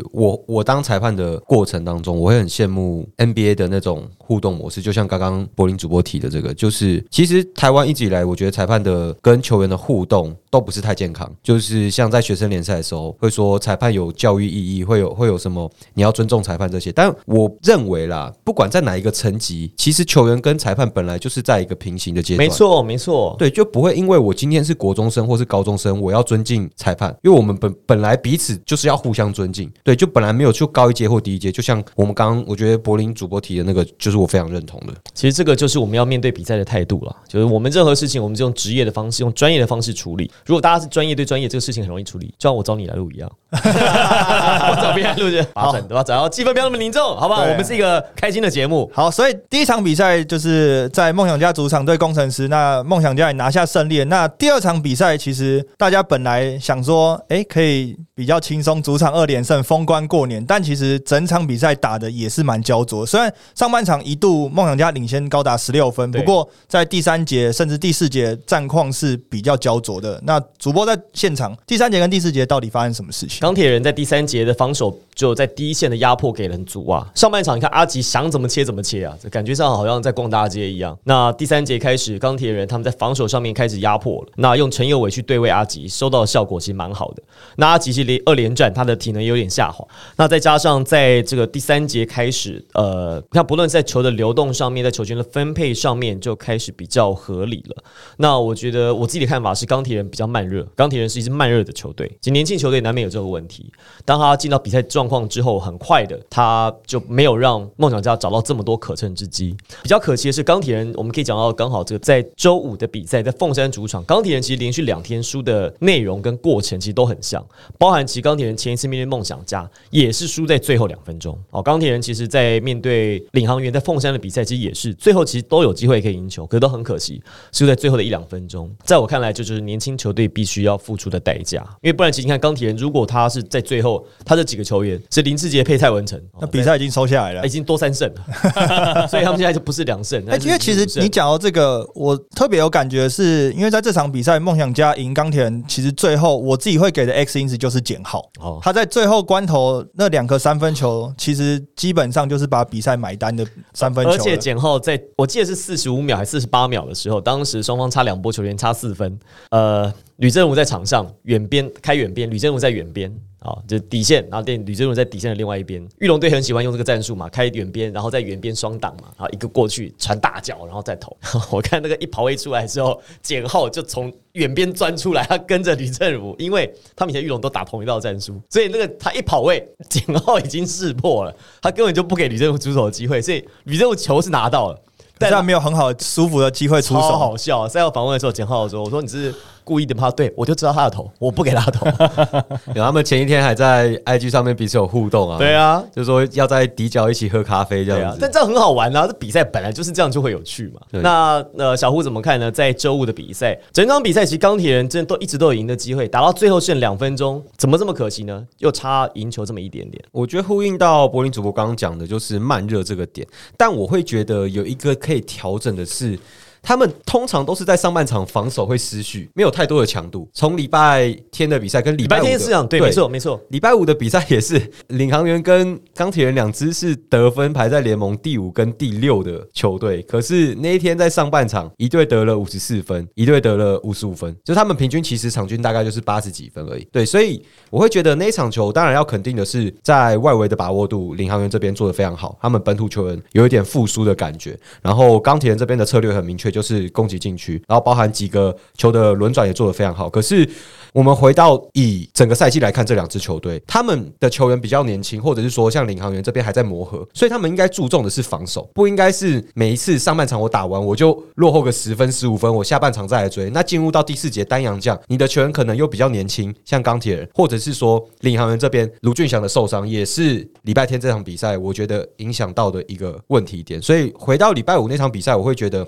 我我当裁判的过程当中，我会很羡慕 N B A 的那种互动模式，就像刚刚柏林主播提的这个，就是其实台湾一直以来，我觉得裁判的跟球员的互动都不是太健康，就是像在学生联赛的时候，会说裁判有教育意义，会有会有什么你要尊重裁判这些。但我认为啦，不管在哪一个层级，其实球员跟裁判本来就是在一个平行的阶段。 没错，没错， 对，就不会因为我今天是国中生或是高中生，我要尊敬裁判，因为我们本本来彼此就是要互相尊敬。对，就本来没有去高一阶或低一阶，就像我们刚刚我觉得柏林主播提的那个，就是我非常认同的。 其实这个就是我们要面对比赛的态度了，就是我们任何事情，我们就用职业的方式，用专业的方式处理。如果大家是专业对专业，这个事情很容易处理，就像我找你来录一样，我找别人录就好，对吧？只要气氛不要那么凝重，好不好？我们是一个开心的节目。 好，所以第一场比赛就是在梦想家主场对工程师，那梦想家也拿下胜利。那第二场比赛，其实大家本来想说，哎、欸，可以比较轻松，主场二连胜封关过年，但其实整场比赛打的也是蛮焦灼。虽然上半场一度梦想家领先高达十六分，不过在第三节甚至第四节战况是比较焦灼的。那主播在现场，第三节跟第四节到底发生什么事情？ 钢铁人在第三节的防守就在第一线的压迫给了很足啊。上半场你看阿吉想怎么切怎么切啊，这感觉上好像在逛大街一样。那第三节开始，钢铁人他们在防守上面开始压迫了。那用陈佑伟去对位阿吉，收到的效果其实蛮好的。那阿吉是二连战，他的体能有点下滑。那再加上在这个第三节开始，呃，你看不论在球的流动上面，在球权的分配上面就开始比较合理了。那我觉得我自己的看法是，钢铁人比较慢热，钢铁人是一支慢热的球队，其实年轻球队难免有这个问题。当他进到比赛状况之后，很快的他就没有让梦想家找到这么多可乘之机。比较可惜的是，钢铁人我们可以讲到，刚好这个在周五的比赛，在凤山主场，钢铁人其实连续两天输的内容跟过程其实都很像，包含其实钢铁人前一次面对梦想家也是输在最后两分钟。哦，钢铁人其实在面对领航员在凤山的比赛，其实也是最后其实都有机会可以赢球，可是都很可惜输在最后的一两分钟。在我看来，这就是年轻球队必须要付出的代价，因为不然其实你看钢铁人，如果他是在最后，他这几个球员是林志杰配蔡文成， 那比赛已经收下来了， 已经多三胜了，所以他们现在就不是两胜。 因为其实你讲到这个，我特别有感觉是，因为在这场比赛梦想家赢钢铁人，其实最后我自己会给的 X 因子就是简浩，哦、他在最后关头那两个三分球，其实基本上就是把比赛买单的三分球。 而且简浩在我记得是四十五秒还是四十八秒的时候，当时双方差两波球员差四分，呃，吕正儒在场上远边开远边，吕正儒在远边。好，就是底线，然后吕正儒在底线的另外一边。裕隆队很喜欢用这个战术嘛，开远边，然后在远边双挡嘛，然后一个过去传大脚，然后再投。我看那个一跑位出来之后，简浩就从远边钻出来，他跟着吕正儒，因为他们以前裕隆都打同一道战术，所以那个他一跑位，简浩已经识破了，他根本就不给吕正儒出手的机会，所以吕正儒球是拿到了， 但是他没有很好舒服的机会出手， 超好笑。赛后访问的时候，简浩说：“我说你是。”故意的吗？对，我就知道他的头，我不给他投。 然后他们前一天还在 I G 上面彼此有互动啊， 对啊， 就是说要在底角一起喝咖啡这样子。 啊、但这样很好玩啊，这比赛本来就是这样，就会有趣嘛。那呃，小胡怎么看呢？在周五的比赛，整场比赛其实钢铁人真的都一直都有赢的机会，打到最后剩两分钟，怎么这么可惜呢？又差赢球这么一点点。 我觉得呼应到柏林主播刚刚讲的，就是慢热这个点，但我会觉得有一个可以调整的是。他们通常都是在上半场防守会失序，没有太多的强度。从礼拜天的比赛跟礼拜五的，礼拜天是这样， 对，没错没错。 礼拜五的比赛也是，领航员跟钢铁人两支是得分排在联盟第五跟第六的球队，可是那一天在上半场，一队得了五十四分，一队得了五十五分，就他们平均其实场均大概就是八十几分而已。对，所以我会觉得那一场球，当然要肯定的是，在外围的把握度，领航员这边做得非常好，他们本土球员有一点复苏的感觉，然后钢铁人这边的策略很明确。就是攻击禁区，然后包含几个球的轮转也做得非常好。可是我们回到以整个赛季来看，这两支球队他们的球员比较年轻，或者是说像领航员这边还在磨合，所以他们应该注重的是防守，不应该是每一次上半场我打完我就落后个十分十五分，我下半场再来追。那进入到第四节单阳将，你的球员可能又比较年轻，像钢铁人，或者是说领航员这边卢俊祥的受伤也是礼拜天这场比赛我觉得影响到的一个问题点。所以回到礼拜五那场比赛，我会觉得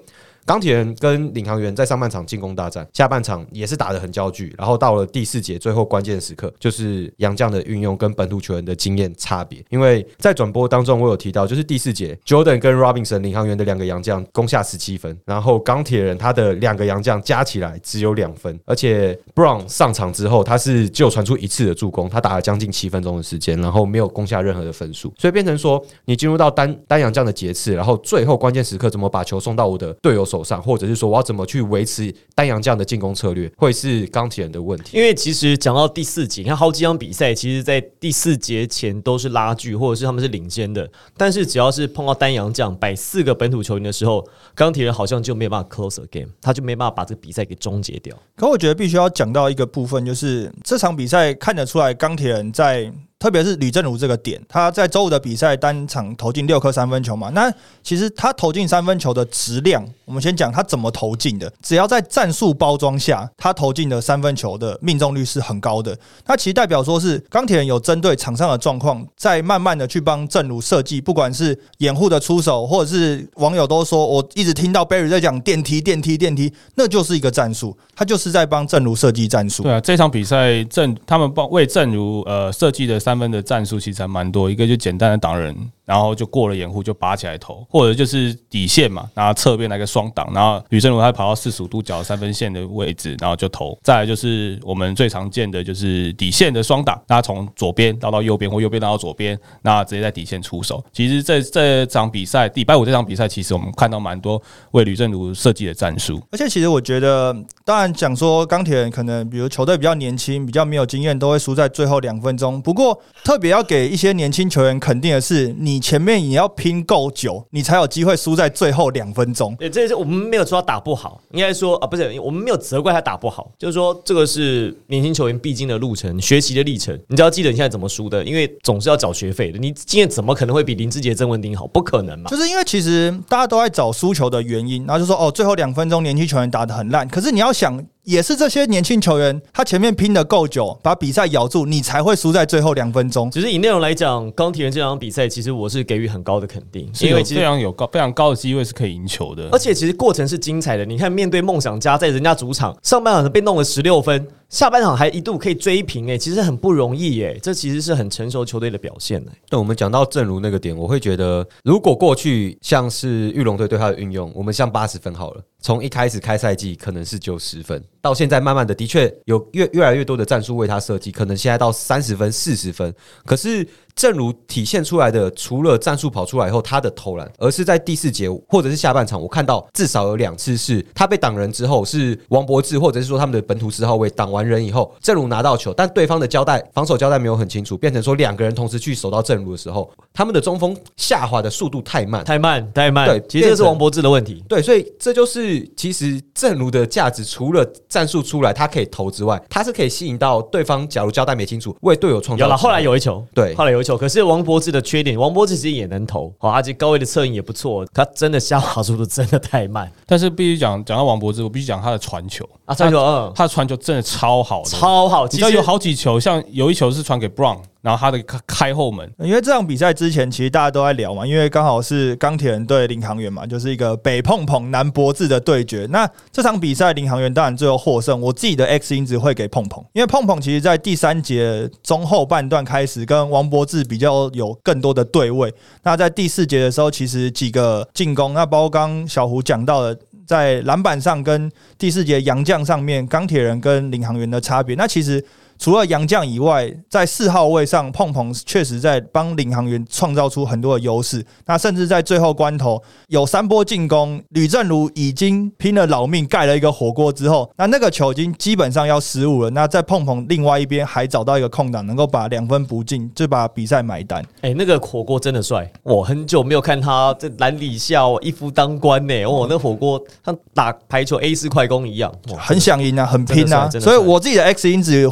钢铁人跟领航员在上半场进攻大战，下半场也是打得很焦距，然后到了第四节最后关键时刻，就是洋将的运用跟本土球员的经验差别。因为在转播当中我有提到，就是第四节 Jordan 跟 Robinson 领航员的两个洋将攻下十七分，然后钢铁人他的两个洋将加起来只有两分，而且 Brown 上场之后他是只有传出一次的助攻，他打了将近七分钟的时间，然后没有攻下任何的分数，所以变成说你进入到单单洋将的节次，然后最后关键时刻怎么把球送到我的队友手上，或者是说我要怎么去维持单洋将的进攻策略，会是钢铁人的问题。 因为其实讲到第四节，你看好几场比赛，其实在第四节前都是拉锯，或者是他们是领先的，但是只要是碰到单洋将摆四个本土球员的时候，钢铁人好像就没有办法 close a game， 他就没办法把这个比赛给终结掉。 可我觉得必须要讲到一个部分，就是这场比赛看得出来钢铁人在特别是吕正如这个点，他在周五的比赛单场投进六颗三分球嘛，那其实他投进三分球的质量，我们先讲他怎么投进的，只要在战术包装下，他投进的三分球的命中率是很高的。那其实代表说是钢铁人有针对场上的状况，在慢慢的去帮正如设计，不管是掩护的出手，或者是网友都说，我一直听到 Barry 在讲电梯电梯电梯，那就是一个战术，他就是在帮正如设计战术。 对啊，这场比赛正他们帮为正如呃设计的三分的战术其实还蛮多，一个就简单的挡人，然后就过了掩护就拔起来投，或者就是底线嘛，然后侧边来个双挡，然后吕正如他跑到四十五度角三分线的位置，然后就投。再来就是我们最常见的就是底线的双挡，那从左边绕到右边或右边绕到左边，那直接在底线出手。其实这这场比赛礼拜五这场比赛，其实我们看到蛮多为吕正如设计的战术。 而且其实我觉得，当然讲说钢铁人可能比如球队比较年轻，比较没有经验，都会输在最后两分钟。不过特别要给一些年轻球员肯定的是，你前面你要拼够久，你才有机会输在最后两分钟。 对，这是我们没有说他打不好，应该说啊，不是，我们没有责怪他打不好，就是说这个是年轻球员必经的路程，学习的历程。你只要记得你现在怎么输的，因为总是要缴学费的。你今天怎么可能会比林志杰、曾文鼎好？不可能嘛！ 就是因为其实大家都在找输球的原因，然后就说哦，最后两分钟年轻球员打得很烂。可是你要想，也是这些年轻球员，他前面拼得够久，把比赛咬住，你才会输在最后两分钟。 只是以内容来讲，钢铁人这场比赛，其实我是给予很高的肯定， 因为非常有高、非常高的机会是可以赢球的， 而且其实过程是精彩的。你看，面对梦想家，在人家主场上半场被弄了十六分，下半场还一度可以追平，哎，其实很不容易，哎，这其实是很成熟球队的表现，哎。 对，我们讲到正如那个点，我会觉得，如果过去像是裕隆队对他的运用，我们像八十分好了。从一开始开赛季可能是九十分，到现在慢慢的的确有越越来越多的战术为他设计，可能现在到三十分、四十分。可是正如体现出来的，除了战术跑出来以后他的投篮，而是在第四节或者是下半场，我看到至少有两次是他被挡人之后，是王柏智或者是说他们的本土四号位挡完人以后，正如拿到球，但对方的交代防守交代没有很清楚，变成说两个人同时去守到正如的时候，他们的中锋下滑的速度太慢， 太慢，太慢。 对， 其实这是王柏智的问题。 对，所以这就是其实正如的价值，除了战术出来他可以投之外，他是可以吸引到对方，假如交代没清楚，为队友创造。 有了，后来有一球， 对， 后来有一球。可是王柏智的缺点，王柏智其实也能投，好，而且高位的策应也不错，他真的下滑速度真的太慢。 但是必须讲讲到王柏智，我必须讲他的传球啊，传球，嗯， 他的传球真的超好的， 超好。 你知道有好几球，像有一球是传给 Brown。然后他的开后门， 因为这场比赛之前其实大家都在聊嘛，因为刚好是钢铁人对领航员嘛，就是一个北碰碰南博智的对决。那这场比赛领航员当然最后获胜，我自己的 X 因子会给碰碰，因为碰碰其实在第三节中后半段开始跟王柏智比较有更多的对位。那在第四节的时候，其实几个进攻，那包括刚小胡讲到的，在篮板上跟第四节洋将上面，钢铁人跟领航员的差别，那其实。除了洋将以外，在四号位上，碰碰确实在帮领航员创造出很多的优势。那甚至在最后关头有三波进攻，吕正如已经拼了老命盖了一个火锅之后，那那个球已经基本上要失误了。那在碰碰另外一边还找到一个空档，能够把两分补进，就把比赛买单。 哎、欸，那个火锅真的帅，我很久没有看他在篮底下一夫当关呢、欸。哦，那火锅像打排球 A 四快攻一样， 很想赢啊，很拼啊。所以我自己的 X 因子会给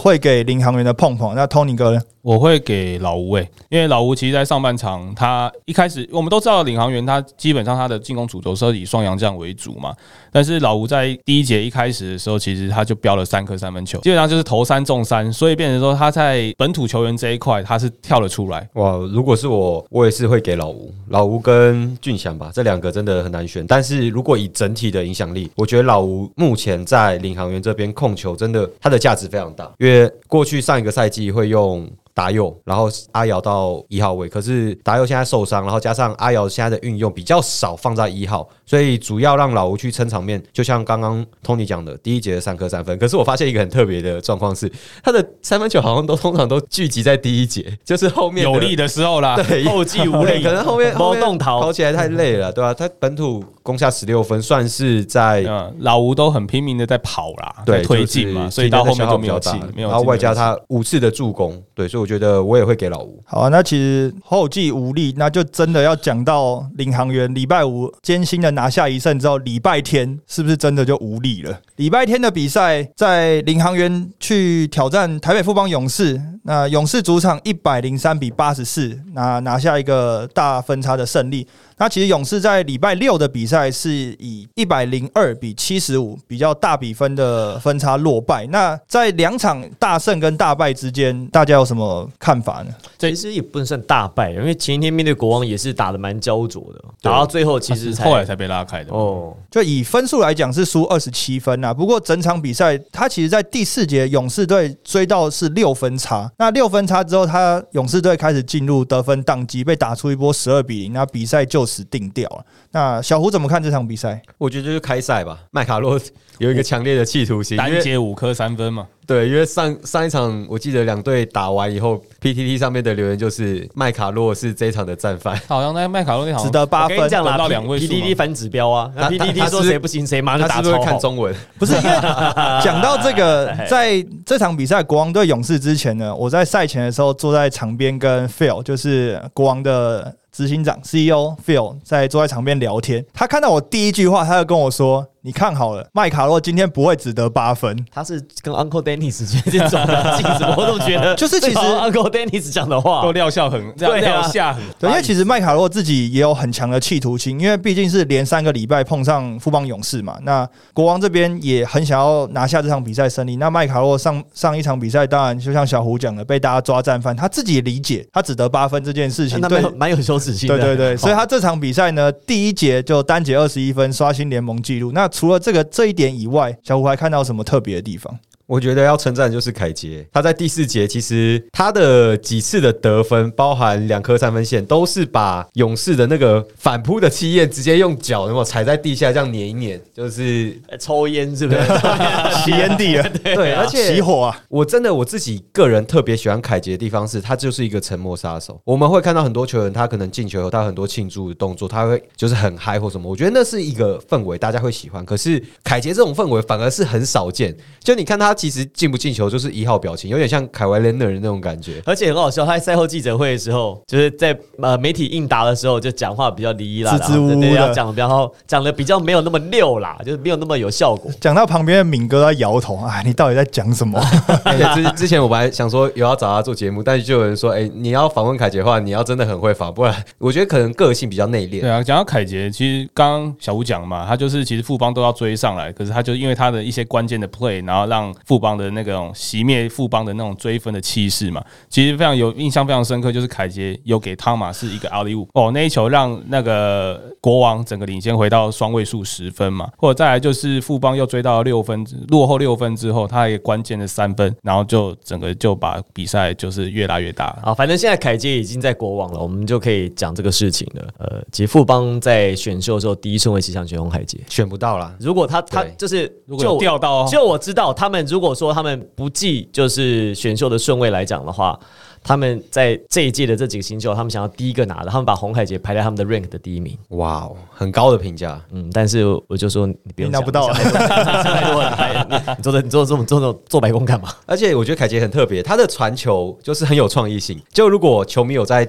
给领航员的碰碰。那 Tony 哥呢？ 我会给老吴诶、欸，因为老吴其实在上半场，他一开始我们都知道领航员他基本上他的进攻主轴是以双洋将为主嘛，但是老吴在第一节一开始的时候，其实他就飙了三颗三分球，基本上就是投三中三，所以变成说他在本土球员这一块他是跳了出来。 哇，如果是我，我也是会给老吴，老吴跟俊祥吧，这两个真的很难选。但是如果以整体的影响力，我觉得老吴目前在领航员这边控球真的他的价值非常大，因为过去上一个赛季会用达佑，然后阿瑶到一号位，可是达佑现在受伤，然后加上阿瑶现在的运用比较少放在一号，所以主要让老吴去撑场面。就像刚刚 Tony 讲的，第一节的三颗三分，可是我发现一个很特别的状况是，他的三分球好像都通常都聚集在第一节，就是后面有利的时候啦， 对， 后继无力， 可能后面后面动逃跑起来太累了，对吧、啊？他本土攻下十六分，算是在、 嗯、老吴都很拼命的在跑啦， 对， 在推进嘛，所以到后面就没有进，没有进， 然后外加他五次的助攻，对，所以我觉得我也会给老吴。 好啊，那其实后继无力，那就真的要讲到领航员礼拜五艰辛的拿下一胜之后，礼拜天是不是真的就无力了？礼拜天的比赛，在领航员去挑战台北富邦勇士，那勇士主场一百零三比八十四，拿拿下一个大分差的胜利。那其实勇士在礼拜六的比赛是以一百零二比七十五比较大比分的分差落败。那在两场大胜跟大败之间，大家有什么看法呢？ 其实也不能算大败，因为前一天面对国王也是打得蛮焦灼的，打到最后其实才后来才被拉开的。 哦， 就以分数来讲是输二十七分啊，不过整场比赛他其实在第四节勇士队追到是六分差，那六分差之后，他勇士队开始进入得分宕机，被打出一波十二比零，那比赛就此定掉了。那小胡怎么看这场比赛？ 我觉得就是开赛吧，麦卡洛有一个强烈的企图心， 单节五颗三分嘛。 对，因为上上一场我记得两队打完以后 ，P T T 上面的留言就是麦卡洛是这一场的战犯， 好像在麦卡洛那场值得八分， 这样啦到两位数 P T T 反指标啊，那 P T T 说谁不行谁马上就打超好。 他是不是看中文？ 不是，因为讲到这个，在这场比赛国王对勇士之前呢，我在赛前的时候坐在场边跟 Phil， 就是国王的执行长 C E O Phil 在坐在场边聊天，他看到我第一句话，他就跟我说：“你看好了，麦卡洛今天不会只得八分。” 他是跟 Uncle Dennis 这种的镜子，我都觉得就是其实 Uncle Dennis 讲的话都料效很， 对啊料下很。 对，因为其实麦卡洛自己也有很强的企图心，因为毕竟是连三个礼拜碰上富邦勇士嘛。那国王这边也很想要拿下这场比赛胜利。那麦卡洛上上一场比赛，当然就像小胡讲的，被大家抓战犯，他自己也理解他只得八分这件事情，对， 蛮有羞耻心的。 对对对，所以他这场比赛呢，第一节就单节二十一分，刷新联盟纪录。那除了这个这一点以外，小胡还看到什么特别的地方？ 我觉得要称赞的就是凯杰，他在第四节其实他的几次的得分，包含两颗三分线，都是把勇士的那个反扑的气焰直接用脚有没有踩在地下这样碾一碾，就是抽烟是不是？ 吸烟蒂了， 对，而且起火啊！ 我真的我自己个人特别喜欢凯杰的地方是，他就是一个沉默杀手。我们会看到很多球员，他可能进球后，他有很多庆祝的动作，他会就是很嗨或什么，我觉得那是一个氛围，大家会喜欢。可是凯杰这种氛围反而是很少见，就你看他其实进不进球就是一号表情，有点像凯怀雷纳的那种感觉， 而且很好笑。他在赛后记者会的时候，就是在呃媒体应答的时候，就讲话比较离啦， 支支吾吾的， 要讲的比较讲的比较没有那么溜啦，就是没有那么有效果。 讲到旁边的敏哥在摇头，哎，你到底在讲什么？ 之之前我本来想说有要找他做节目，但是就有人说，哎、欸，你要访问凯杰的话，你要真的很会访，不然我觉得可能个性比较内敛。 对啊，讲到凯杰，其实刚刚小吴讲嘛，他就是其实富邦都要追上来，可是他就因为他的一些关键的 play， 然后让富邦的那种熄灭富邦的那种追分的气势嘛，其实非常有印象，非常深刻，就是凯杰有给汤马士一个奥利乌哦，那一球让那个国王整个领先回到双位数十分嘛，或者再来就是富邦又追到六分，落后六分之后，他一个关键的三分，然后就整个就把比赛就是越拉越大。 好，反正现在凯杰已经在国王了，我们就可以讲这个事情了。呃，其实富邦在选秀的时候，第一顺位是想选洪凯杰， 选不到啦。 如果他他就是如果有掉到， 就我知道他们如果说他们不计就是选秀的顺位来讲的话，他们在这一届的这几个新秀，他们想要第一个拿的，他们把洪凯杰排在他们的 rank 的第一名。 哇哦，很高的评价。 嗯，但是我就说你不用拿不到， 太多了，你做的你做这种做这种做白工干嘛？ 而且我觉得凯杰很特别，他的传球就是很有创意性。就如果球迷有在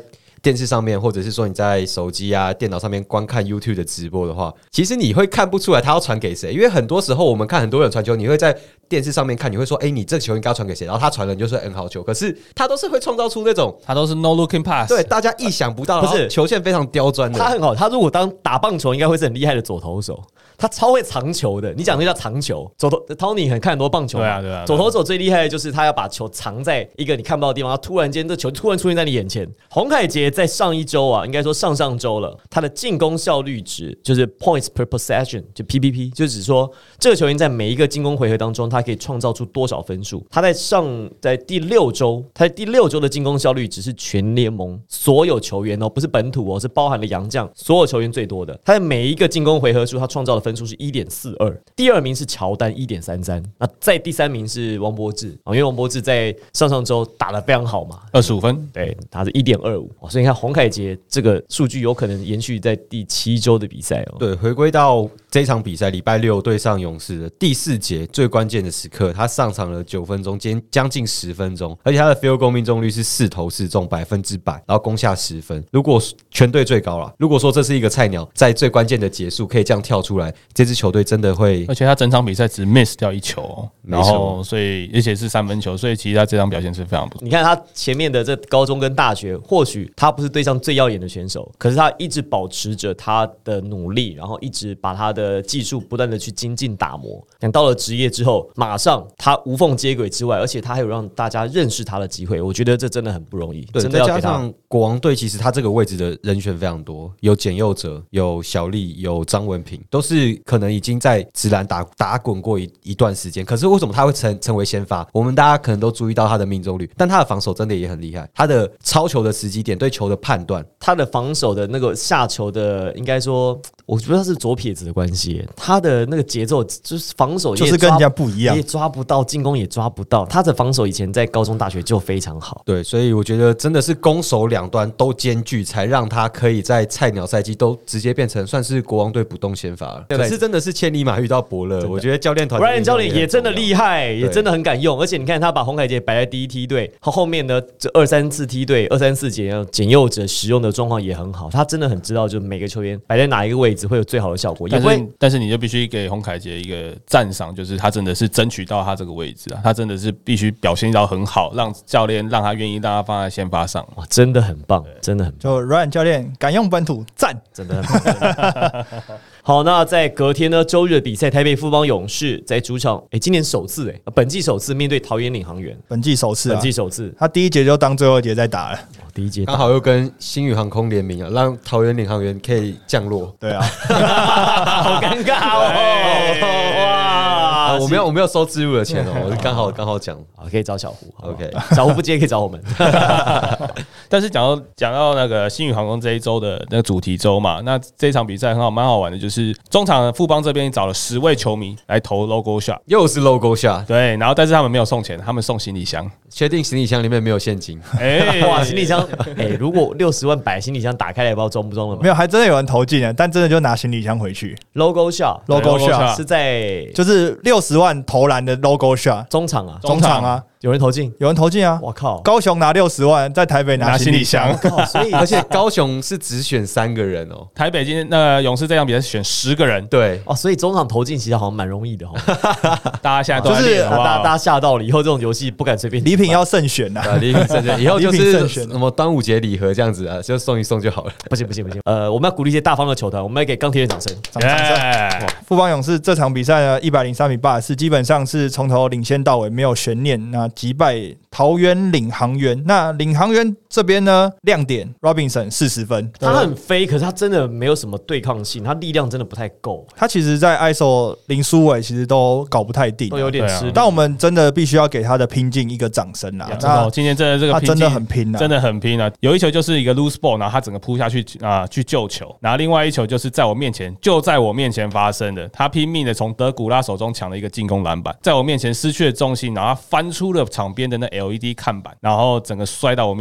电视上面，或者是说你在手机啊、电脑上面观看 YouTube 的直播的话，其实你会看不出来他要传给谁，因为很多时候我们看很多人传球，你会在电视上面看，你会说，哎、欸，你这个球应该要传给谁？然后他传了，你就说 N 好球，可是他都是会创造出那种， 他都是 no looking pass， 对大家意想不到， 不是球线非常刁钻的。 他很好，他如果当打棒球，应该会是很厉害的左投手。他超会藏球的，你讲那叫藏球。左投 Tony 很看很多棒球嘛， 对啊对啊。 左投手最厉害的就是他要把球藏在一个你看不到的地方，他突然间这球突然出现在你眼前。洪凯杰在上一周啊，应该说上上周了，他的进攻效率值就是 points per possession， 就 P P P， 就只说这个球员在每一个进攻回合当中，他可以创造出多少分数。他在上在第六周，他在第六周的进攻效率值是全联盟所有球员哦，不是本土哦，是包含了洋将所有球员最多的。他在每一个进攻回合数，他创造的分数是 一点四二， 第二名是乔丹 一点三三， 那在第三名是王柏智，因为王柏智在上上周打得非常好嘛， 二十五分， 对，他是 一点二五， 所以你看洪凯杰这个数据有可能延续在第七周的比赛哦。 对，回归到这场比赛，礼拜六对上勇士的第四节最关键的时刻，他上场了九分钟，将将近十分钟，而且他的 field goal 命中率是四投四中，百分之百，然后攻下十分。如果全队最高啦，如果说这是一个菜鸟，在最关键的结束可以这样跳出来，这支球队真的会， 而且他整场比赛只 miss 掉一球，然后所以而且是三分球，所以其实他这场表现是非常不错。 你看他前面的这高中跟大学，或许他不是对上最耀眼的选手，可是他一直保持着他的努力，然后一直把他的技术不断的去精进打磨。等到了职业之后，马上他无缝接轨之外，而且他还有让大家认识他的机会，我觉得这真的很不容易。 对， 真的要给他。 再加上国王队，其实他这个位置的人选非常多，有简佑哲，有小丽，有张文平，都是可能已经在职篮打打滚过一一段时间。可是为什么他会成成为先发？我们大家可能都注意到他的命中率，但他的防守真的也很厉害，他的超球的时机点，对球的判断， 他的防守的那个下球的，应该说，我觉得他是左撇子的关系，他的那个节奏就是防守就是跟人家不一样， 也抓不到，进攻也抓不到。他的防守以前在高中、大学就非常好。 对，所以我觉得真的是攻守两端都兼具，才让他可以在菜鸟赛季都直接变成算是国王队不动先发了。可是真的是千里马遇到伯乐，我觉得教练团 Ryan 教练也真的厉害，也真的很敢用。而且你看他把洪凯杰摆在第一梯队，他后面呢这二三四梯队、二三四节简佑哲使用的状况也很好。他真的很知道，就每个球员摆在哪一个位置会有最好的效果。也但不会是但是你就必须给洪凯杰一个赞赏，就是他真的是争取到他这个位置啊，他真的是必须表现到很好，让教练让他愿意让他放在先发上。 哇，真的很棒，真的很棒。 就 Ryan 教练敢用本土，赞， 真的很棒。好，那在隔天呢，周日的比赛，台北富邦勇士在主场，哎、欸，今年首次、欸，哎，本季首次面对桃园领航员， 本季首次、啊， 本季首次， 他第一节就当最后一节在打了， 哦、第一节刚好又跟星宇航空联名啊，让桃园领航员可以降落。 对啊， 好尴尬哦，哇！ 啊、我没有我没有收置入的钱哦，我刚好刚好讲， 好，可以找小胡 ，OK， 小胡不接可以找我们。 但是讲到讲到那个星宇航空这一周的那个主题周嘛，那这一场比赛很好，蛮好玩的，就是中场富邦这边找了十位球迷来投 logo shot， 又是 logo shot， 对，然后但是他们没有送钱，他们送行李箱， 确定行李箱里面没有现金？ 哎、 欸，哇，行李箱，哎、欸，如果六十万摆行李箱打开来，不知道装不装了吗？ 没有，还真的有人投进了，但真的就拿行李箱回去。 logo shot logo shot 是在就是六十万投篮的 logo shot， 中场啊， 中场啊。 有人投进， 有人投进啊！ 我靠， 高雄拿六十万，在台北拿行李箱， 所以而且高雄是只选三个人哦， 台北今天那个勇士这场比赛选十个人， 对哦，所以中场投进其实好像蛮容易的哦。 大家现在都就是好不好大大家吓到了，以后这种游戏不敢随便。 礼品要慎选呐， 礼品慎选，以后就是什么端午节礼盒这样子啊，就送一送就好了。 不行不行不行，呃，我们要鼓励一些大方的球团，我们要给钢铁人掌声， 掌声！富邦勇士这场比赛呢，一百零三比八十四，基本上是从头领先到尾，没有悬念，那击败桃园领航员。那领航员这边呢，亮点 Robinson 四十分， 他很飞，可是他真的没有什么对抗性，他力量真的不太够。 他其实，在 I S O 林书伟其实都搞不太定， 都有点吃力。 但我们真的必须要给他的拼劲一个掌声啦！ 那今天真的这个他真的很拼啊， 真的很拼啊！有一球就是一个 loose ball， 然后他整个扑下去啊、呃、去救球，然后另外一球就是在我面前，就在我面前发生的，他拼命的从德古拉手中抢了一个进攻篮板，在我面前失去了重心，然后他翻出了场边的那 L E D 看板，然后整个摔到我面前，然后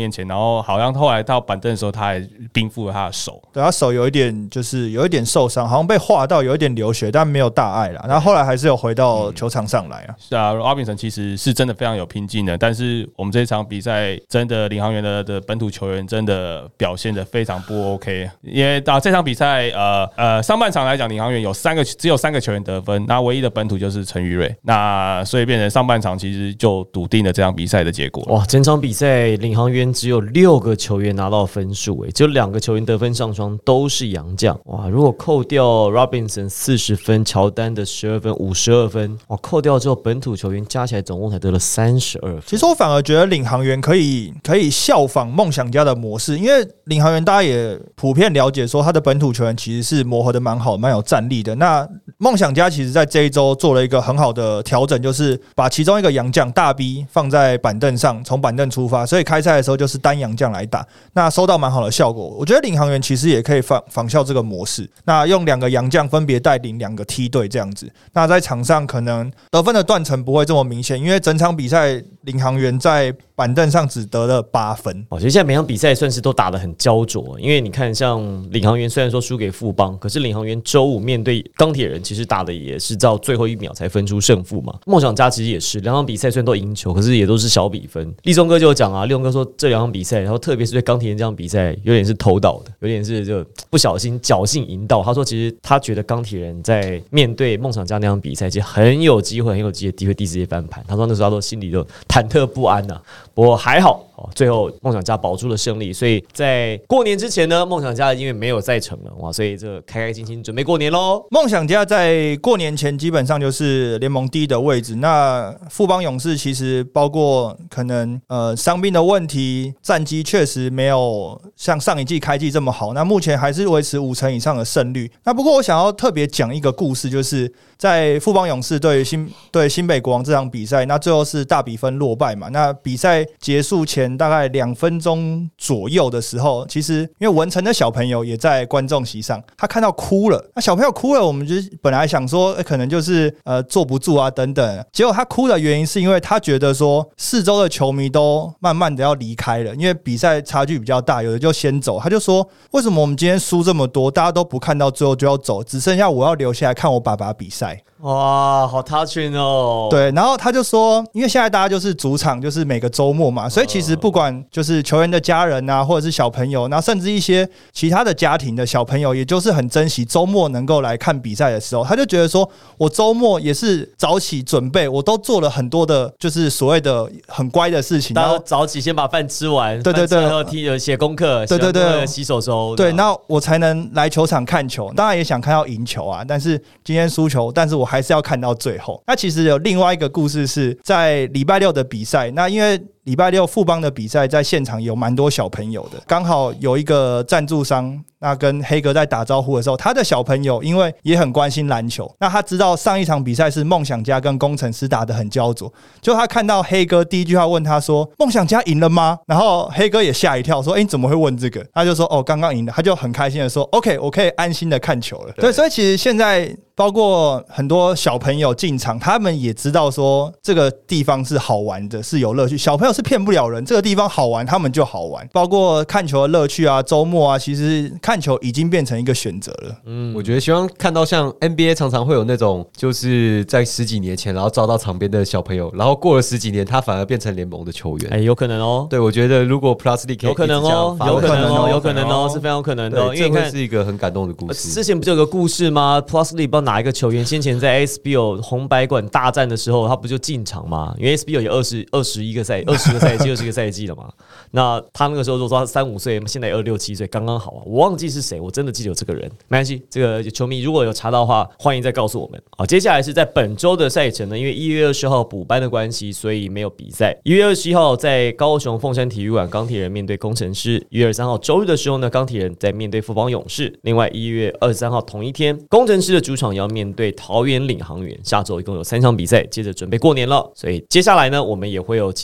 后好像后来到板凳的时候，他还冰敷了他的手， 对他手有一点就是有一点受伤，好像被划到有一点流血，但没有大碍啦。然后后来还是有回到球场上来啊。 是啊 ，Robinson 其实是真的非常有拼劲的，但是我们这场比赛真的领航员的的本土球员真的表现得非常不 OK， 因为啊这场比赛呃呃上半场来讲，领航员有三个只有三个球员得分，那唯一的本土就是陈宇睿，那所以变成上半场其实就笃定了这场比赛的结果。 哇，整场比赛领航员只有六个球员拿到分数，哎，只有两个球员得分上双，都是洋将。哇，如果扣掉 Robinson 四十分，乔丹的十二分，五十二分，哇，扣掉之后本土球员加起来总共才得了三十二分。 其实我反而觉得领航员可以可以效仿梦想家的模式，因为领航员大家也普遍了解说他的本土球员其实是磨合的蛮好，蛮有战力的。那梦想家其实在这一周做了一个很好的调整，就是把其中一个洋将大 B 放在板凳上，从板凳出发，所以开赛的时候就是单洋将来打，那收到蛮好的效果。我觉得领航员其实也可以仿仿效这个模式，那用两个洋将分别带领两个梯队这样子。那在场上可能得分的断层不会这么明显，因为整场比赛领航员在板凳上只得了八分。 我觉得现在每场比赛算是都打得很焦灼，因为你看像领航员虽然说输给富邦，可是领航员周五面对钢铁人其实打的也是到最后一秒才分出胜负嘛。梦想家其实也是两场比赛虽然都赢球，可是也都是小比分。立中哥就有讲啊，立中哥说这两场比赛，然后特别是对钢铁人这场比赛有点是偷盗的，有点是就不小心侥幸赢到。他说其实他觉得钢铁人在面对梦想家那场比赛其实很有机会很有机会第四节翻盘，他说那时候他都心里就忐忑不安啊，不过还好最后梦想家保住了胜利，所以在过年之前呢，梦想家因为没有赛程了哇，所以这开开心心准备过年咯。 梦想家在过年前基本上就是联盟第一的位置，那富邦勇士其实包括可能呃伤病的问题，战绩确实没有像上一季开季这么好，那目前还是维持五成以上的胜率。那不过我想要特别讲一个故事，就是在富邦勇士对新对新北国王这场比赛，那最后是大比分落败嘛，那比赛结束前大概两分钟左右的时候，其实因为文成的小朋友也在观众席上，他看到哭了。那小朋友哭了，我们就本来想说、欸、可能就是呃坐不住啊等等，结果他哭的原因是因为他觉得说四周的球迷都慢慢的要离开了，因为比赛差距比较大，有的就先走。他就说为什么我们今天输这么多，大家都不看到最后就要走，只剩下我要留下来看我爸爸比赛。 哇，好 touching 哦！ 对，然后他就说，因为现在大家就是主场，就是每个周末嘛，所以其实不管就是球员的家人啊，或者是小朋友，然后甚至一些其他的家庭的小朋友，也就是很珍惜周末能够来看比赛的时候，他就觉得说，我周末也是早起准备，我都做了很多的，就是所谓的很乖的事情， 大家早起先把饭吃完， 对对对， 然后踢写功课， 对对对， 洗手周， 对，那我才能来球场看球。当然也想看到赢球啊，但是今天输球，但是我还是要看到最后。那其实有另外一个故事是在礼拜六的比赛，那因为礼拜六富邦的比赛在现场有蛮多小朋友的，刚好有一个赞助商，那跟黑哥在打招呼的时候，他的小朋友因为也很关心篮球，那他知道上一场比赛是梦想家跟工程师打得很焦灼，就他看到黑哥第一句话问他说梦想家赢了吗？然后黑哥也吓一跳说，欸，你怎么会问这个？他就说哦刚刚赢了，他就很开心的说 OK 我可以安心的看球了。 对， 对，所以其实现在包括很多小朋友进场，他们也知道说这个地方是好玩的，是有乐趣，小朋友是骗不了人，这个地方好玩他们就好玩，包括看球的乐趣啊，周末啊，其实看球已经变成一个选择了。 嗯，我觉得希望看到像 N B A 常常会有那种就是在十几年前然后招到场边的小朋友，然后过了十几年他反而变成联盟的球员。 哎、欸，有可能哦。 对，我觉得如果 Plus League 可以有可能哦，有可能哦，有可能哦，是非常有可能的、哦。 因为你看是一个很感动的故事。 之前不就有个故事吗 ？Plus League 不知道哪一个球员先前在 S B O 红白馆大战的时候，他不就进场吗？因为 S B O 有二十二十一个赛二十个赛季二十个赛季了嘛。那他那个时候如果说他三五岁，现在二六七岁，刚刚好啊。我忘记是谁，我真的记得有这个人，没关系。这个球迷如果有查到的话，欢迎再告诉我们。好，接下来是在本周的赛程呢，因为一月二十号补班的关系，所以没有比赛。一月二十一号在高雄凤山体育馆，钢铁人面对工程师。一月二十三号周日的时候呢，钢铁人在面对富邦勇士。另外一月二十三号同一天，工程师的主场也要面对桃园领航员。下周一共有三场比赛，接着准备过年了。所以接下来呢，我们也会有其他的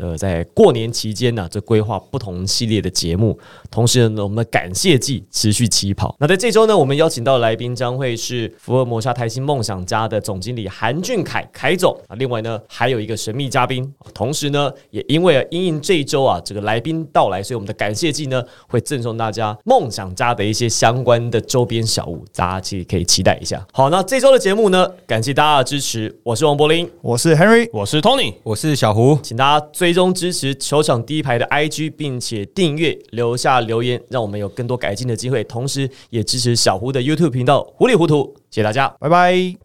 呃在过年期间呢，这规划不同系列的节目，同时呢，我们的感谢季持续起跑。那在这周呢，我们邀请到的来宾将会是福尔摩沙台新梦想家的总经理韩俊凯凯总啊，另外呢还有一个神秘嘉宾，同时呢也因为因应这一周啊这个来宾到来，所以我们的感谢季呢会赠送大家梦想家的一些相关的周边小物，大家其实可以期待一下。好，那这周的节目呢，感谢大家的支持，我是王柏林， 我是 Henry， 我是 Tony， 我是小胡， 请大家追踪支持球场第一排的 I G， 并且订阅留下留言，让我们有更多改进的机会，同时也支持小胡的 YouTube 频道糊里糊涂，谢谢大家， 拜拜。